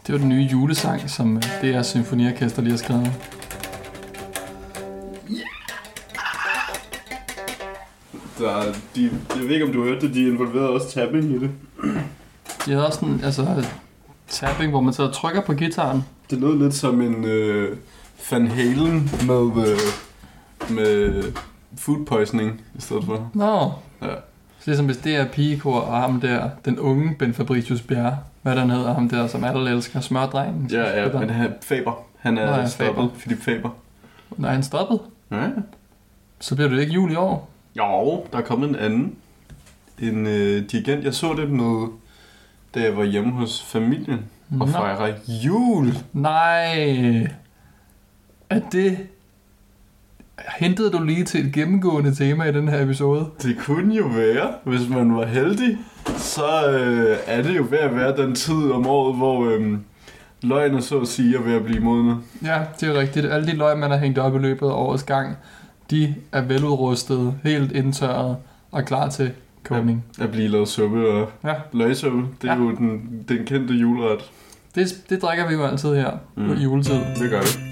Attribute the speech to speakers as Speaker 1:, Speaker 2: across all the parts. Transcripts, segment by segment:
Speaker 1: Det var den nye julesang, som DR Symfoniorkester lige har skrevet.
Speaker 2: Jeg ved ikke, om du hørte det, de involverede også tapping i det.
Speaker 1: De havde også sådan, tapping, hvor man så trykker på guitaren.
Speaker 2: Det lød lidt som en Van Halen med food poisoning i stedet for.
Speaker 1: Nå.
Speaker 2: Ja.
Speaker 1: Så ligesom hvis det er pigekor og ham der, den unge Ben Fabricius Bjerre, hvad der hedder, ham der, som alle elsker, smørdrengen.
Speaker 2: Ja, men Faber. Han er stoppet. Philip Faber.
Speaker 1: Nej, han stoppet?
Speaker 2: Ja.
Speaker 1: Så bliver det ikke jul i år?
Speaker 2: Jo, der er kommet en anden. En dirigent. Jeg så det noget, da jeg var hjemme hos familien og fejrede jul.
Speaker 1: Nej. Er det... Hentede du lige til et gennemgående tema i den her episode?
Speaker 2: Det kunne jo være, hvis man var heldig. Så er det jo ved at være den tid om året, hvor løgene så at sige er ved at blive modne.
Speaker 1: Ja, det er rigtigt. Alle de løg, man har hængt op i løbet af årets gang, de er veludrustede, helt indtørret og klar til kogning.
Speaker 2: At blive lavet suppe og løgsuppe. Det er jo den kendte juleret.
Speaker 1: Det drikker vi jo altid her på juletid.
Speaker 2: Det gør det.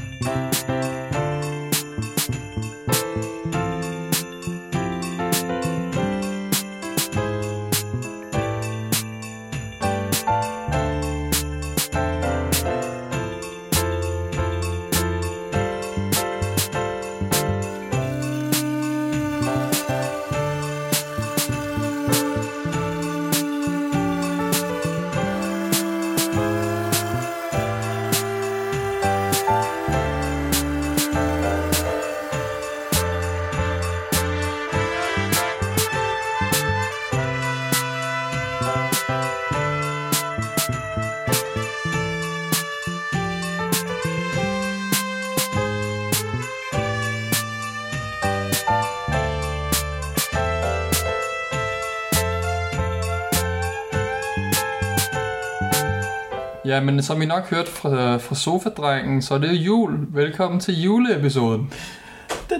Speaker 1: Ja, men som I nok hørte fra Sofadrengen, så er det jul. Velkommen til juleepisoden. Det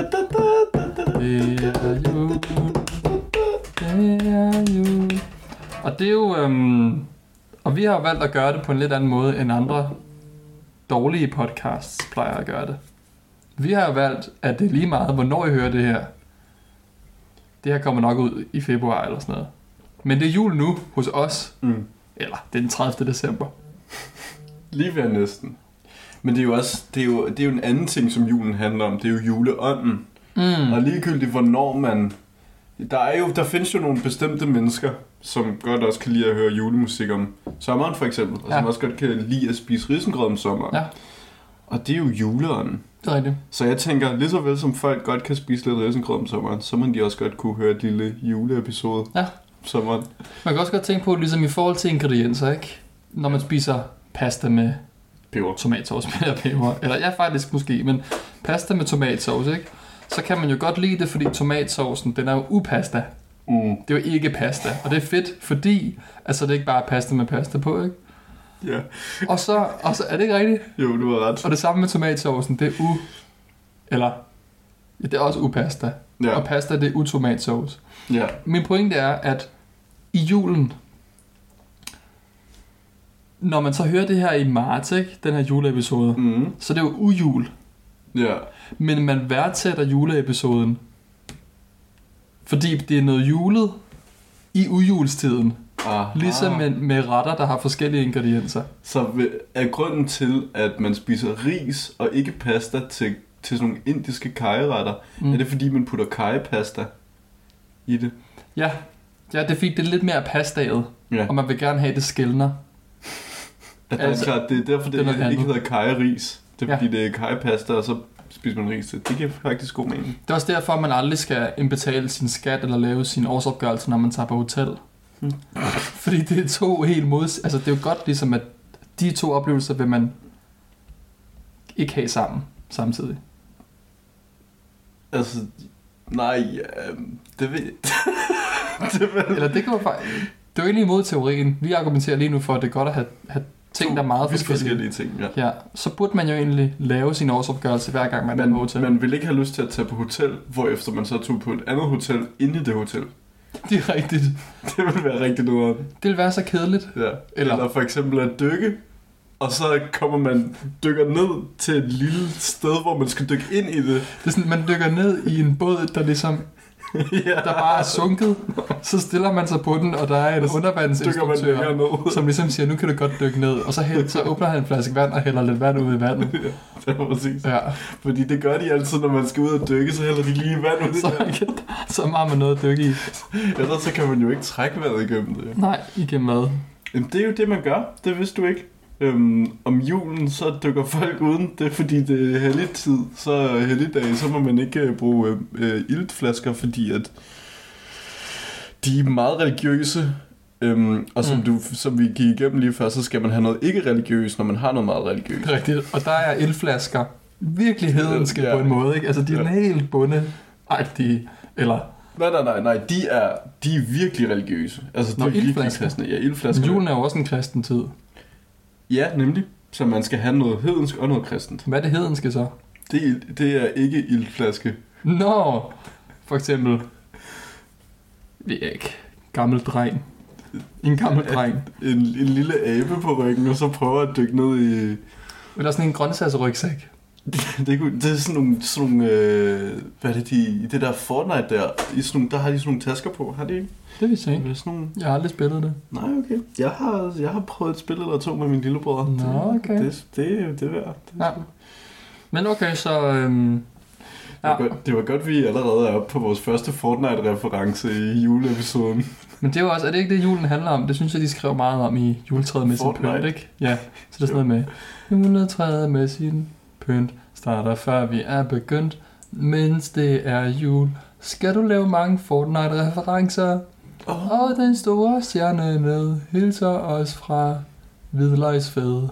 Speaker 1: er jul. Det er jul. Og det er jo... og vi har valgt at gøre det på en lidt anden måde, end andre dårlige podcasts plejer at gøre det. Vi har valgt, at det er lige meget, hvornår I hører det her. Det her kommer nok ud i februar eller sådan noget. Men det er jul nu hos os. Eller det er den 30. december.
Speaker 2: Lige ved næsten. Men det er jo også det er jo en anden ting, som julen handler om. Det er jo juleånden. Og ligegyldigt hvornår man... Der findes jo nogle bestemte mennesker, som godt også kan lide at høre julemusik om sommeren for eksempel. Og som også godt kan lide at spise risengrød om sommeren. Ja. Og det er jo juleånden.
Speaker 1: Det er rigtigt.
Speaker 2: Så jeg tænker, lige så vel som folk godt kan spise lidt risengrød om sommeren, så må de også godt kunne høre et lille juleepisode. Ja. Sommeren.
Speaker 1: Man kan også godt tænke på, ligesom i forhold til ingredienser, ikke? Når man spiser pasta med
Speaker 2: peber,
Speaker 1: tomatsauce med peber, eller ja, faktisk måske, men pasta med tomatsauce, ikke? Så kan man jo godt lide det, fordi tomatsaucen, den er jo upasta. Det er jo ikke pasta, og det er fedt, fordi altså det er ikke bare pasta med pasta på, ikke?
Speaker 2: Ja.
Speaker 1: Og så er det ikke rigtigt?
Speaker 2: Jo, du har ret.
Speaker 1: Og det samme med tomatsaucen, det er det er også upasta. Ja. Og pasta, det er utomatsauce.
Speaker 2: Ja.
Speaker 1: Min pointe er, at i julen, når man så hører det her i marts, ikke, den her juleepisode, så er det jo ujul.
Speaker 2: Ja.
Speaker 1: Men man værdsætter juleepisoden, fordi det er noget julet i ujulstiden. Aha. Ligesom med retter, der har forskellige ingredienser.
Speaker 2: Så er grunden til, at man spiser ris og ikke pasta til sådan nogle indiske kariretter, er det fordi, man putter karipasta i det?
Speaker 1: Ja, det er fordi, det er lidt mere pastaet, og man vil gerne have det skældner.
Speaker 2: Altså, klart, det er derfor, det ikke hedder kariris. Det er fordi, det er karipasta, og så spiser man ris til. Det giver faktisk god mening.
Speaker 1: Det er også derfor, at man aldrig skal indbetale sin skat eller lave sin årsopgørelse, når man tager på hotel. Fordi det er to helt altså det er jo godt ligesom, at de to oplevelser vil man ikke have samtidig.
Speaker 2: Altså, nej, det ved
Speaker 1: Eller det kan jo faktisk... Det er jo egentlig imod teorien. Vi argumenterer lige nu for, at det er godt at have ting, der er meget forskellige
Speaker 2: ting.
Speaker 1: Ja. Så burde man jo egentlig lave sin årsopgørelse hver gang man er på hotel.
Speaker 2: Man vil ikke have lyst til at tage på hotel, hvorefter man så tog på et andet hotel inde i det hotel.
Speaker 1: Det er rigtigt.
Speaker 2: Det vil være rigtig noget.
Speaker 1: Det vil være så kedeligt.
Speaker 2: Ja. Eller for eksempel at dykke, og så dykker ned til et lille sted, hvor man skal dykke ind i det.
Speaker 1: Det er sådan, man dykker ned i en båd, der ligesom der bare er sunket. Så stiller man sig på den, og der er en undervandsinstruktør, som ligesom siger, nu kan du godt dykke ned. Og så åbner han en flaske vand og hælder lidt vand ud i vandet.
Speaker 2: Ja, det er præcis.
Speaker 1: Ja.
Speaker 2: Fordi det gør de altid, når man skal ud og dykke, så hælder de lige vand ud i vandet.
Speaker 1: Så har man noget at dykke i.
Speaker 2: Ellers så kan man jo ikke trække vejret igennem det.
Speaker 1: Nej, igennem hvad?
Speaker 2: Jamen, det er jo det, man gør. Det vidste du ikke. Om julen, så dykker folk uden. Det er fordi, det er helligtid. Så helligdag, så må man ikke bruge iltflasker, fordi at de er meget religiøse. Og som vi gik igennem lige før, så skal man have noget ikke-religiøst, når man har noget meget religiøst.
Speaker 1: Rigtigt. Og der er iltflasker virkelig hedenske på en måde, ikke? Altså, de er helt bundeagtige, eller...
Speaker 2: Nej, de er virkelig religiøse. Altså, de er virkelig kristne. Ja, iltflasker.
Speaker 1: Julen er jo også en kristen tid.
Speaker 2: Ja, nemlig. Så man skal have noget hedensk og noget kristent.
Speaker 1: Hvad er det hedenske så?
Speaker 2: Det er ikke iltflaske.
Speaker 1: Nå, for eksempel... Vi er ikke. Gammel dreng. En gammel dreng.
Speaker 2: En lille abe på ryggen, og så prøver at dykke ned i...
Speaker 1: Eller sådan en grøntsagsrygsæk.
Speaker 2: Det er sådan nogle hvad er det i det der Fortnite der, der har de sådan nogle tasker på, har de ikke?
Speaker 1: Det vidste jeg ikke.
Speaker 2: Nogle...
Speaker 1: Jeg har aldrig spillet det.
Speaker 2: Nej, okay. Jeg har prøvet et spil eller to med min lillebror.
Speaker 1: Nå, okay.
Speaker 2: Det er værd.
Speaker 1: Ja. Men okay, så...
Speaker 2: Ja. Det var godt, vi allerede er oppe på vores første Fortnite-reference i juleepisoden.
Speaker 1: Men det er jo også, er det ikke det, julen handler om? Det synes jeg, de skrev meget om i juletræet med sin pynt, ikke? Ja, så det er sådan noget med, juletræet med sin pynt starter før vi er begyndt, mens det er jul. Skal du lave mange Fortnite-referencer? Og den store stjerne ned hilser os fra Hvidløgsfæde.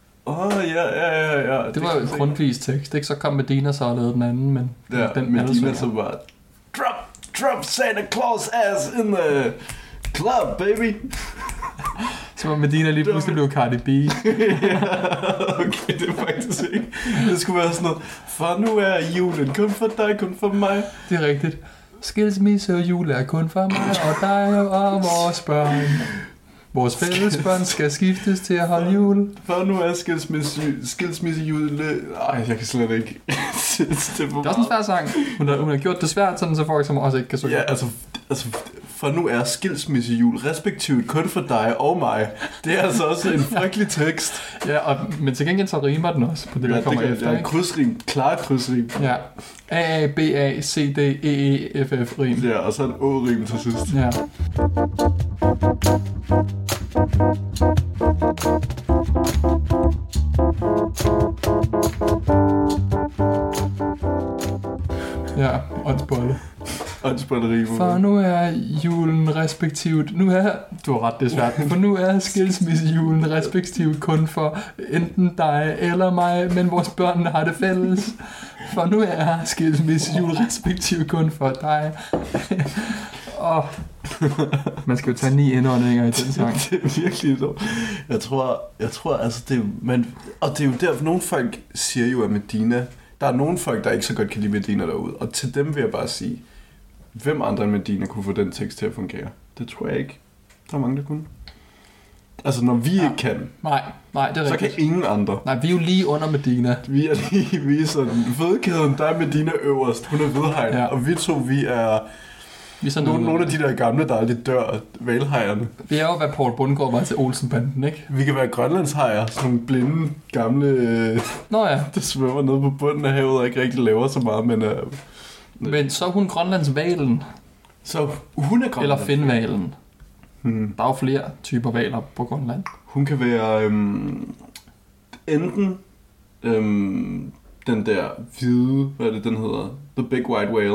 Speaker 2: Ja.
Speaker 1: Det var jo Grundtvigs tekst, ikke? Så kom Medina så og lavede den anden, men...
Speaker 2: Ja, den Medina så var... Drop Santa Claus ass in the club, baby!
Speaker 1: Så var Medina lige pludselig blev Cardi B.
Speaker 2: Ja, okay, det er faktisk ikke. Det skulle være sådan noget, for nu er julen kun for dig, kun for mig.
Speaker 1: Det er rigtigt. Skilsmisse og jul er kun for mig og dig og vores børn. Vores fælles børn skal skiftes til at holde jul.
Speaker 2: For nu er skilsmisse jul. Ej, jeg kan slet ikke.
Speaker 1: Det er også en svær sang. Hun har gjort det svært, sådan så folk som også ikke kan synge.
Speaker 2: Ja, altså for nu er skilsmisse jul respektivt kun for dig og mig. Det er altså også en frygtelig tekst.
Speaker 1: Ja, men til gengæld så rimer den også på det, der kommer efter.
Speaker 2: Ja, krydsrim. Klar krydsrim.
Speaker 1: Ja. A, B, A, C, D, E, E, F, F rim.
Speaker 2: Ja, og så en Å-rim til sidst.
Speaker 1: Ja. Ja, åndsbolle.
Speaker 2: Åndsbollerimo.
Speaker 1: For nu er julen respektivt... Du har ret, det er svært. For nu er skilsmissejulen respektivt kun for enten dig eller mig, men vores børn har det fælles. For nu er skilsmissejulen respektivt kun for dig. Man skal jo tage 9 indåndinger i den sang.
Speaker 2: Det er virkelig så. Jeg tror altså det er, og det er jo derfor nogle folk siger jo at Medina. Der er nogle folk der ikke så godt kan lide Medina derude, og til dem vil jeg bare sige, hvem andre end Medina kunne få den tekst til at fungere? Det tror jeg ikke. Der er mange der kunne. Altså når vi ikke kan.
Speaker 1: Nej, det er rigtigt.
Speaker 2: Så kan ingen andre.
Speaker 1: Nej, vi er jo lige under Medina.
Speaker 2: Vi er sådan fødekæden, der er Medina øverst. Hun er Hvidhegn, ja. Og vi to vi er nogle af de der gamle, der aldrig dør, valhejerne.
Speaker 1: Vi er jo, hvad Poul Bundgaard var til Olsenbanden, ikke?
Speaker 2: Vi kan være grønlandshajer, sådan nogle blinde, gamle...
Speaker 1: Nå ja.
Speaker 2: Der svømmer nede på bunden af havet og ikke rigtig laver så meget, men...
Speaker 1: Men så er hun Grønlandsvalen.
Speaker 2: Så hun er Grønland.
Speaker 1: Eller Finnvalen. Der er jo flere typer valer på Grønland.
Speaker 2: Hun kan være enten den der hvide, hvad er det den hedder? The Big White Whale.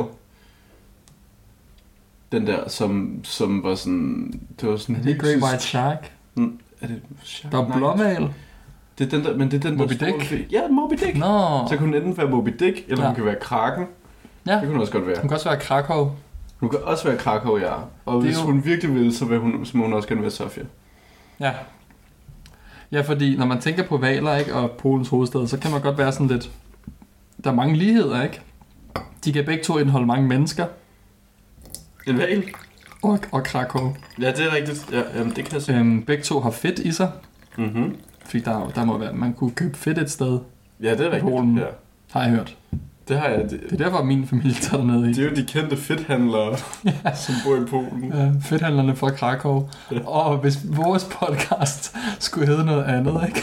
Speaker 2: Den der, som var sådan... Det var sådan...
Speaker 1: Er det Great White Shark?
Speaker 2: Er det shark?
Speaker 1: Der er blåval.
Speaker 2: Det er den der, men det er den
Speaker 1: Moby Dick?
Speaker 2: Ja, Moby Dick.
Speaker 1: Nå.
Speaker 2: Så kunne hun enten være Moby Dick, eller hun kan være Kraken.
Speaker 1: Ja.
Speaker 2: Det kunne hun også godt være.
Speaker 1: Hun kan også være Krakow.
Speaker 2: Hun kan også være Krakow, ja. Og hvis hun virkelig vil, så må hun også gerne være Sofia.
Speaker 1: Ja. Ja, fordi når man tænker på valer, ikke, og Polens hovedstad, så kan man godt være sådan lidt... Der er mange ligheder, ikke? De kan begge to indeholde mange mennesker.
Speaker 2: En val?
Speaker 1: og Krakow.
Speaker 2: Ja, det er rigtigt. Ja, jamen, det kan jeg se.
Speaker 1: Begge to har fedt i sig.
Speaker 2: Mm-hmm.
Speaker 1: Fordi der må være, man kunne købe fedt et sted.
Speaker 2: Ja, det er rigtigt.
Speaker 1: Polen,
Speaker 2: ja.
Speaker 1: har jeg hørt.
Speaker 2: Det har jeg.
Speaker 1: Det er derfor, min familie tager derned i.
Speaker 2: Det er jo de kendte fedthandlere, som bor i Polen.
Speaker 1: Ja, fedthandlerne fra Krakow. Ja. Og hvis vores podcast skulle hedde noget andet, ikke?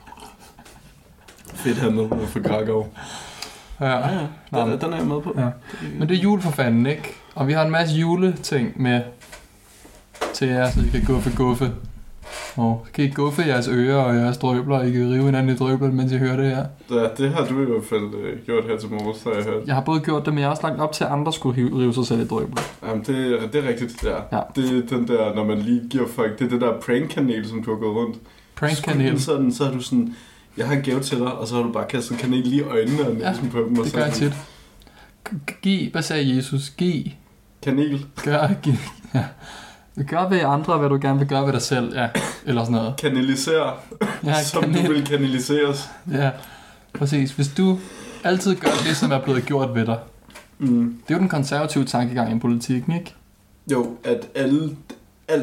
Speaker 2: Fedthandlerne fra Krakow.
Speaker 1: Ja.
Speaker 2: Den er jeg med på.
Speaker 1: Ja. Men det er jul for fanden, ikke? Og vi har en masse juleting med til jer, så I kan guffe. Og kan I guffe jeres ører og jeres drøbler, I kan rive hinanden i drøbler, mens I hører det her.
Speaker 2: Ja, det har du i hvert fald gjort her til morges, har jeg hørt.
Speaker 1: Jeg har både gjort det, men jeg har også lagt op til, at andre skulle rive sig selv i drøbler.
Speaker 2: Jamen, det er rigtigt, ja. Det er den der, når man lige giver folk, det er det der prank-kanel, som du har gået rundt.
Speaker 1: Prank-kanel?
Speaker 2: Så har du sådan, jeg har en gave til dig, og så har du bare kastet kanel lige i øjnene og næsen på dem.
Speaker 1: Ja, det gør jeg tit. Giv, hvad sagde Jesus? Giv.
Speaker 2: Kanel.
Speaker 1: Giv. Ja. Gør ved andre, hvad du gerne vil gøre ved dig selv, ja, eller sådan noget.
Speaker 2: Kanalisere, ja, som du vil kanaliseres.
Speaker 1: Ja, præcis. Hvis du altid gør det, som er blevet gjort ved dig. Det er jo den konservative tankegang i politikken, ikke?
Speaker 2: Jo, at alt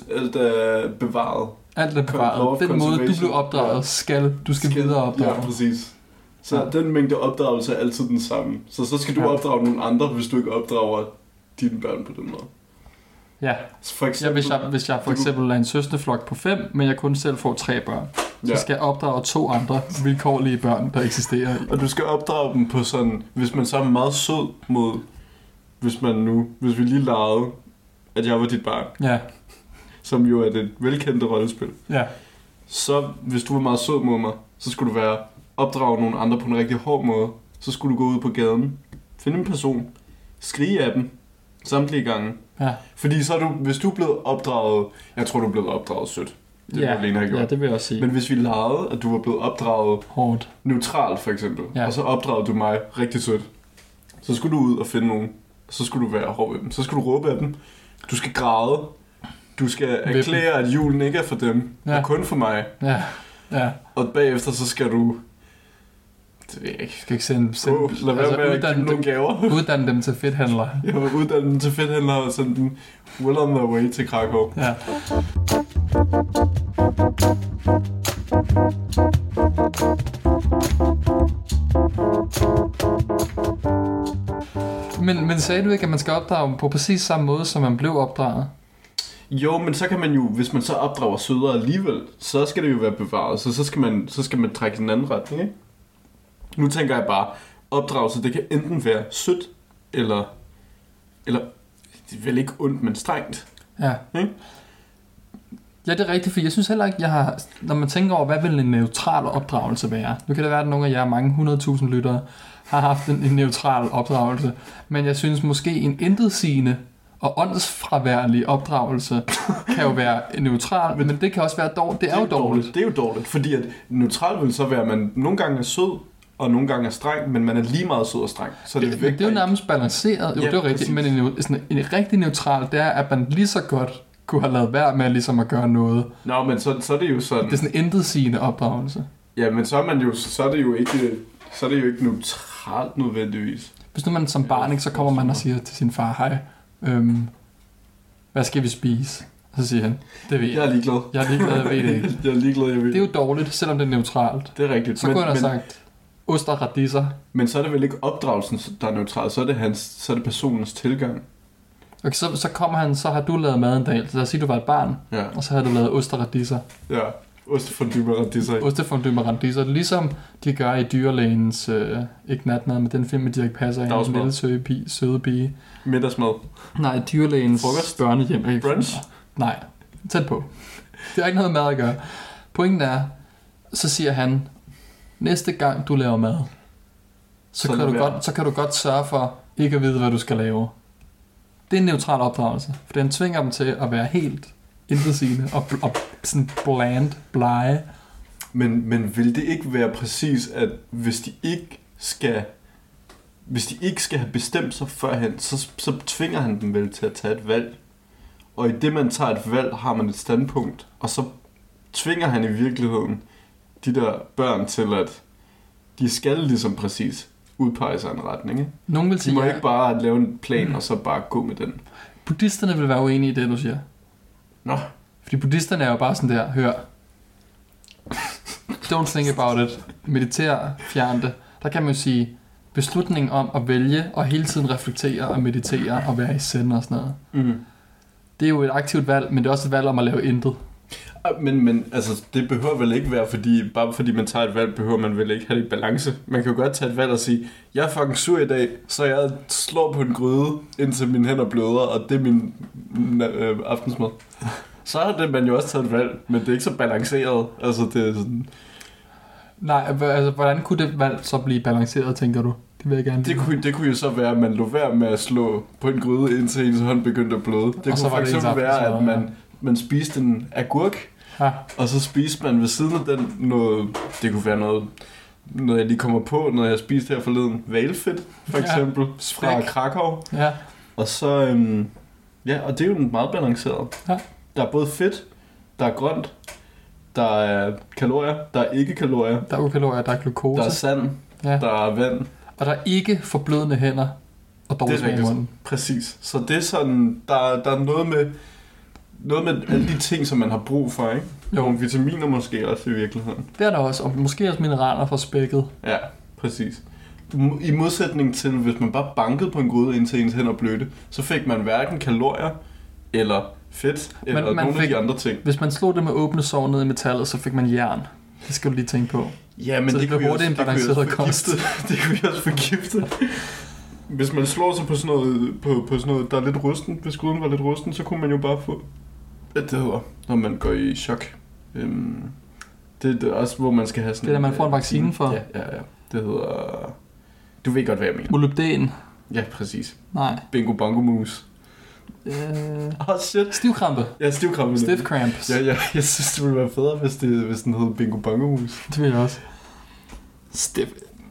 Speaker 2: er bevaret.
Speaker 1: Alt er bevaret. Den måde, du blev opdraget, skal videre opdrage.
Speaker 2: Ja, præcis. Så den mængde opdragelse er altid den samme. Så skal du opdrage nogle andre, hvis du ikke opdrager dine børn på den måde.
Speaker 1: Ja, for eksempel, hvis jeg for eksempel er en søsterflok på 5, men jeg kun selv får 3 børn, så skal jeg opdrage 2 andre vilkårlige børn, der eksisterer.
Speaker 2: Og du skal opdrage dem på sådan, hvis man så er meget sød mod, hvis vi lige legede, at jeg var dit barn,
Speaker 1: ja,
Speaker 2: som jo er det velkendte rollespil.
Speaker 1: Ja.
Speaker 2: Så hvis du var meget sød mod mig, så skulle du opdrage nogle andre på en rigtig hård måde. Så skulle du gå ud på gaden, finde en person, skrige af dem samtlige gange.
Speaker 1: Ja.
Speaker 2: Fordi så er hvis du er blevet opdraget, jeg tror du er blevet opdraget sødt. Det vil Lene have gjort.
Speaker 1: Ja, det vil jeg også sige.
Speaker 2: Men hvis vi legede, at du var blevet opdraget
Speaker 1: hårdt,
Speaker 2: neutralt for eksempel, og så opdragede du mig rigtig sødt, så skulle du ud og finde nogen. Så skulle du være hård ved dem. Så skulle du råbe af dem. Du skal græde. Du skal erklære, at julen ikke er for dem, og kun for mig.
Speaker 1: Ja. Ja.
Speaker 2: Og bagefter så skal du... Det ved jeg ikke.
Speaker 1: Skal ikke sende
Speaker 2: lad være med at give nogle gaver.
Speaker 1: Uddanne dem til fedthandlere.
Speaker 2: Ja, uddanne dem til fedthandlere og sende dem well on their way til Krakow.
Speaker 1: Ja. Men sagde du ikke, at man skal opdrage på præcis samme måde, som man blev opdraget?
Speaker 2: Jo, men så kan man jo, hvis man så opdrager sødere alligevel, så skal det jo være bevaret. Så skal man trække den anden retning, ikke? Nu tænker jeg bare, opdragelse, det kan enten være sødt, eller det er vel ikke ondt, men strengt.
Speaker 1: Ja. Ja, det er rigtigt, for jeg synes heller ikke, når man tænker over, hvad vil en neutral opdragelse være? Nu kan det være, at nogle af jer, mange 100.000 lyttere, har haft en neutral opdragelse, men jeg synes måske en intetsigende og åndsfraværlig opdragelse kan jo være neutral, men det kan også være dårligt. Det er jo dårligt.
Speaker 2: Det er jo dårligt, fordi at neutral vil så være, at man nogle gange er sød, og nogle gange er streng, men man er lige meget sød og streng. Så det er
Speaker 1: jo nærmest balanceret. Jo, det er rigtigt, men en rigtig neutral, det er, at man lige så godt kunne have lavet være med ligesom at gøre noget.
Speaker 2: Nå, men så er det jo sådan...
Speaker 1: Det er sådan en intetsigende opdragelse.
Speaker 2: Ja, men så er det jo ikke neutralt nødvendigvis.
Speaker 1: Hvis nu man som barn, ikke, så kommer man og siger til sin far, hej, hvad skal vi spise? Så siger han, det ved jeg.
Speaker 2: Jeg er ligeglad.
Speaker 1: Jeg ved det ikke.
Speaker 2: Jeg er ligeglad, jeg ved.
Speaker 1: Det er jo dårligt, selvom det er neutralt.
Speaker 2: Det er rigtigt.
Speaker 1: Så kunne han have sagt, ost og radiser.
Speaker 2: Men så er det vel ikke opdragelsen, der er neutral, så er det personens tilgang.
Speaker 1: Okay, så kommer han, så har du lavet mad en dag. Så lad os sige, du var et barn, og så har du lavet ost og radiser.
Speaker 2: Ja, ostefondue med radiser.
Speaker 1: Ostefondue med radiser. Ligesom de gør i Dyrlægens, ikke natmad, men den film med Dirch Passer, en lille søde pige.
Speaker 2: Middagsmad.
Speaker 1: Nej, Dyrlægens børnehjem.
Speaker 2: Brunch?
Speaker 1: Nej, tæt på. Det har ikke noget med at gøre. Pointen er, så siger han, næste gang du laver mad, så kan du godt sørge for ikke at vide, hvad du skal lave. Det er en neutral opdragelse, for den tvinger dem til at være helt intetsigende og sådan blege.
Speaker 2: Men vil det ikke være præcis, at hvis de ikke skal have bestemt sig førhen, så tvinger han dem vel til at tage et valg. Og i det man tager et valg, har man et standpunkt, og så tvinger han i virkeligheden de der børn til, at de skal ligesom præcis udpege sig en retning. Ikke?
Speaker 1: Nogen vil sige,
Speaker 2: de må ikke bare lave en plan, og så bare gå med den.
Speaker 1: buddhisterne vil være uenige i det, du siger.
Speaker 2: Nå.
Speaker 1: Fordi buddhisterne er jo bare sådan der, hør. Don't think about it. Mediter, fjern det. Der kan man jo sige, beslutningen om at vælge og hele tiden reflektere og meditere og være i zen og sådan noget.
Speaker 2: Mm.
Speaker 1: Det er jo et aktivt valg, men det er også et valg om at lave intet.
Speaker 2: Men altså, det behøver vel ikke være, bare fordi man tager et valg, behøver man vel ikke have det i balance. Man kan jo godt tage et valg og sige, jeg er fucking sur i dag, så jeg slår på en gryde, indtil mine hænder bløder, og det er min aftensmad. Så har det man jo også taget et valg, men det er ikke så balanceret. Altså, det er sådan...
Speaker 1: Nej, altså, hvordan kunne det valg så blive balanceret, tænker du? Det vil jeg gerne vide.
Speaker 2: Det kunne jo så være, at man lå være med at slå på en gryde, indtil ens hånd begyndte at bløde. Det kunne for eksempel være, at man spiste en agurk, og så spiste man ved siden af den noget, det kunne være noget jeg lige kommer på, når jeg spiste her forleden, hvalfedt for eksempel, fra Krakow. Ja. Og så, og det er jo meget balanceret. Ja. Der er både fedt, der er grønt, der er kalorier, der er ikke kalorier.
Speaker 1: Der er kalorier, der er glukose.
Speaker 2: Der er sand, der er vand.
Speaker 1: Og der er ikke forblødende hænder og dårlig smag i munden.
Speaker 2: Præcis. Så det er sådan, der er noget med alle de ting, som man har brug for, ikke? Jo. Nogle vitaminer måske også i virkeligheden.
Speaker 1: Det er der også, og måske også mineraler fra spækket.
Speaker 2: Ja, præcis. I modsætning til, hvis man bare bankede på en gryde, indtil ens hænder blødte, så fik man hverken kalorier eller fedt, eller nogle af de andre ting.
Speaker 1: Hvis man slog det med åbne sår ned i metallet, så fik man jern. Det skal du lige tænke på.
Speaker 2: Ja, men det kunne også forgifte. Hvis man slår sig på sådan noget, der er lidt rusten, hvis gryden var lidt rusten, så kunne man jo bare få... Det hedder, når man går i chok. Det er også, hvor man skal have sådan...
Speaker 1: Det er der, man får en vaccine for.
Speaker 2: Ja. Det hedder... Du ved godt, hvad jeg mener.
Speaker 1: Molybden.
Speaker 2: Ja, præcis.
Speaker 1: Nej.
Speaker 2: Bingo bongo mus. Shit.
Speaker 1: Stivkrampe.
Speaker 2: Ja, stivkrampe.
Speaker 1: Stiff cramps.
Speaker 2: Ja, jeg synes, det ville være federe, hvis den hed Bingo bongo mus.
Speaker 1: Det vil jeg også. Stiff.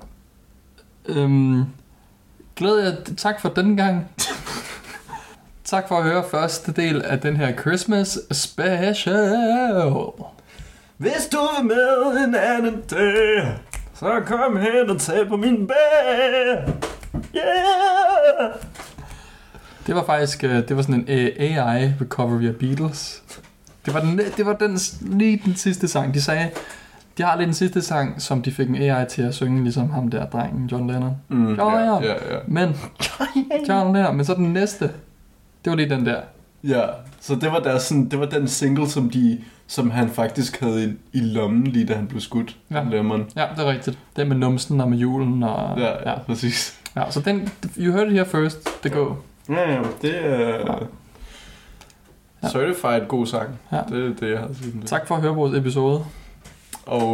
Speaker 1: Glæder jeg. Tak for denne gang. Tak for at høre første del af den her Christmas special.
Speaker 2: Hvis du vil med en anden dag, så kom hen og tag på min bag. Yeah!
Speaker 1: Det var faktisk det var sådan en AI recovery af Beatles. Det var lige den sidste sang. De sagde, de har lige den sidste sang, som de fik en AI til at synge, ligesom ham der drengen, John Lennon.
Speaker 2: Ja.
Speaker 1: Men John Lennon, men så den næste, det var lige den der.
Speaker 2: Ja, så det var den single, som han faktisk havde i lommen, lige da han blev skudt.
Speaker 1: Ja.
Speaker 2: Lemon.
Speaker 1: Ja, det er rigtigt. Den med numsen og med julen og...
Speaker 2: Ja, præcis.
Speaker 1: Ja, så den, you heard it here first, det går.
Speaker 2: Ja, det er... Certified god sang.
Speaker 1: Ja.
Speaker 2: Det er det, jeg har set.
Speaker 1: Tak for at høre vores episode.
Speaker 2: Og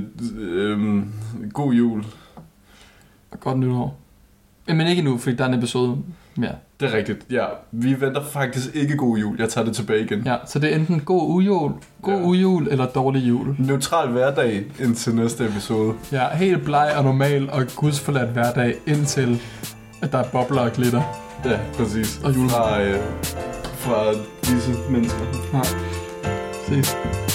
Speaker 2: god jul.
Speaker 1: Og godt nytår. Men ikke nu, fordi der er en episode mere.
Speaker 2: Det er rigtigt, ja. Vi venter faktisk ikke god jul. Jeg tager det tilbage igen.
Speaker 1: Ja, så det er enten god ujul eller dårlig jul.
Speaker 2: Neutral hverdag indtil næste episode.
Speaker 1: Ja, helt bleg og normal og gudsforladt hverdag indtil at der er bobler og glitter.
Speaker 2: Ja, præcis.
Speaker 1: Og jul.
Speaker 2: Fra disse mennesker.
Speaker 1: Ja. Ses.